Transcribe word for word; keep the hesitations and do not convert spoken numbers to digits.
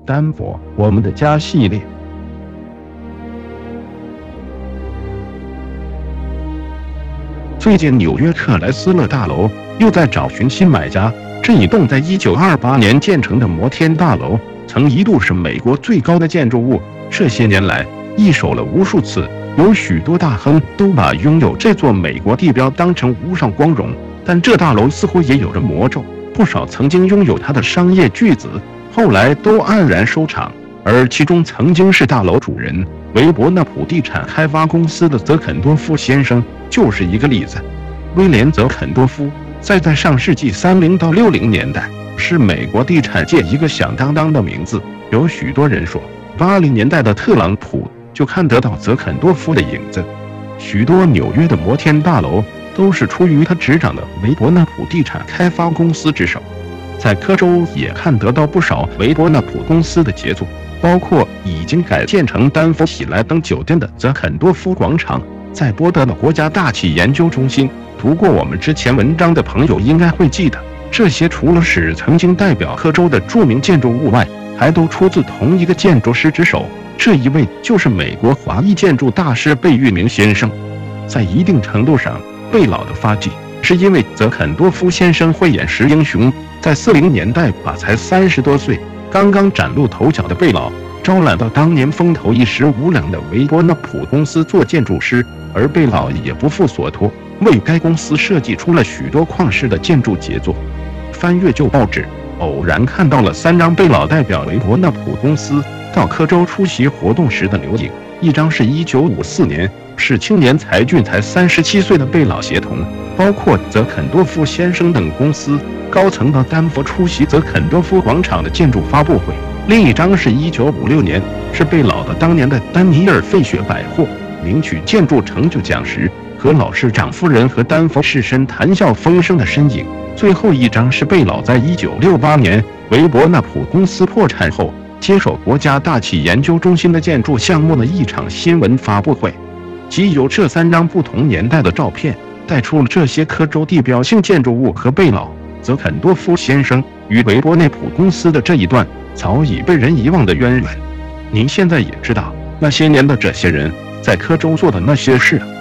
丹佛，我们的家系列。最近纽约克莱斯勒大楼又在找寻新买家。这一栋在一九二八年建成的摩天大楼，曾一度是美国最高的建筑物。这些年来，易手了无数次，有许多大亨都把拥有这座美国地标当成无上光荣。但这大楼似乎也有着魔咒，不少曾经拥有它的商业巨子，后来都黯然收场。而其中曾经是大楼主人维伯纳普地产开发公司的泽肯多夫先生就是一个例子。威廉·泽肯多夫在在上世纪三零到六零年代是美国地产界一个响当当的名字。有许多人说，八零年代的特朗普就看得到泽肯多夫的影子。许多纽约的摩天大楼都是出于他执掌的维伯纳普地产开发公司之手。在科州也看得到不少维伯纳普公司的杰作，包括已经改建成丹佛喜来登酒店的泽肯多夫广场。在波德的国家大气研究中心，读过我们之前文章的朋友应该会记得，这些除了是曾经代表科州的著名建筑物外，还都出自同一个建筑师之手。这一位就是美国华裔建筑大师贝聿铭先生。在一定程度上，贝老的发迹是因为泽肯多夫先生慧眼识英雄，在四零年代把才三十多岁、刚刚崭露头角的贝老招揽到当年风头一时无两的维伯纳普公司做建筑师，而贝老也不负所托，为该公司设计出了许多旷世的建筑杰作。翻阅旧报纸，偶然看到了三张贝老代表维伯纳普公司到科州出席活动时的留影。一张是一九五四年，是青年才俊才三十七岁的贝老协同包括泽肯多夫先生等公司高层到丹佛出席泽肯多夫广场的建筑发布会。另一张是一九五六年，是贝老的当年的丹尼尔费雪百货领取建筑成就奖时，和老市长夫人和丹佛士绅谈笑风生的身影。最后一张是贝老在一九六八年维伯纳普公司破产后接手国家大气研究中心的建筑项目的一场新闻发布会。即由这三张不同年代的照片带出了这些科州地标性建筑物和贝老、泽肯多夫先生与维伯纳普公司的这一段早已被人遗忘的渊源。您现在也知道那些年的这些人在科州做的那些事了。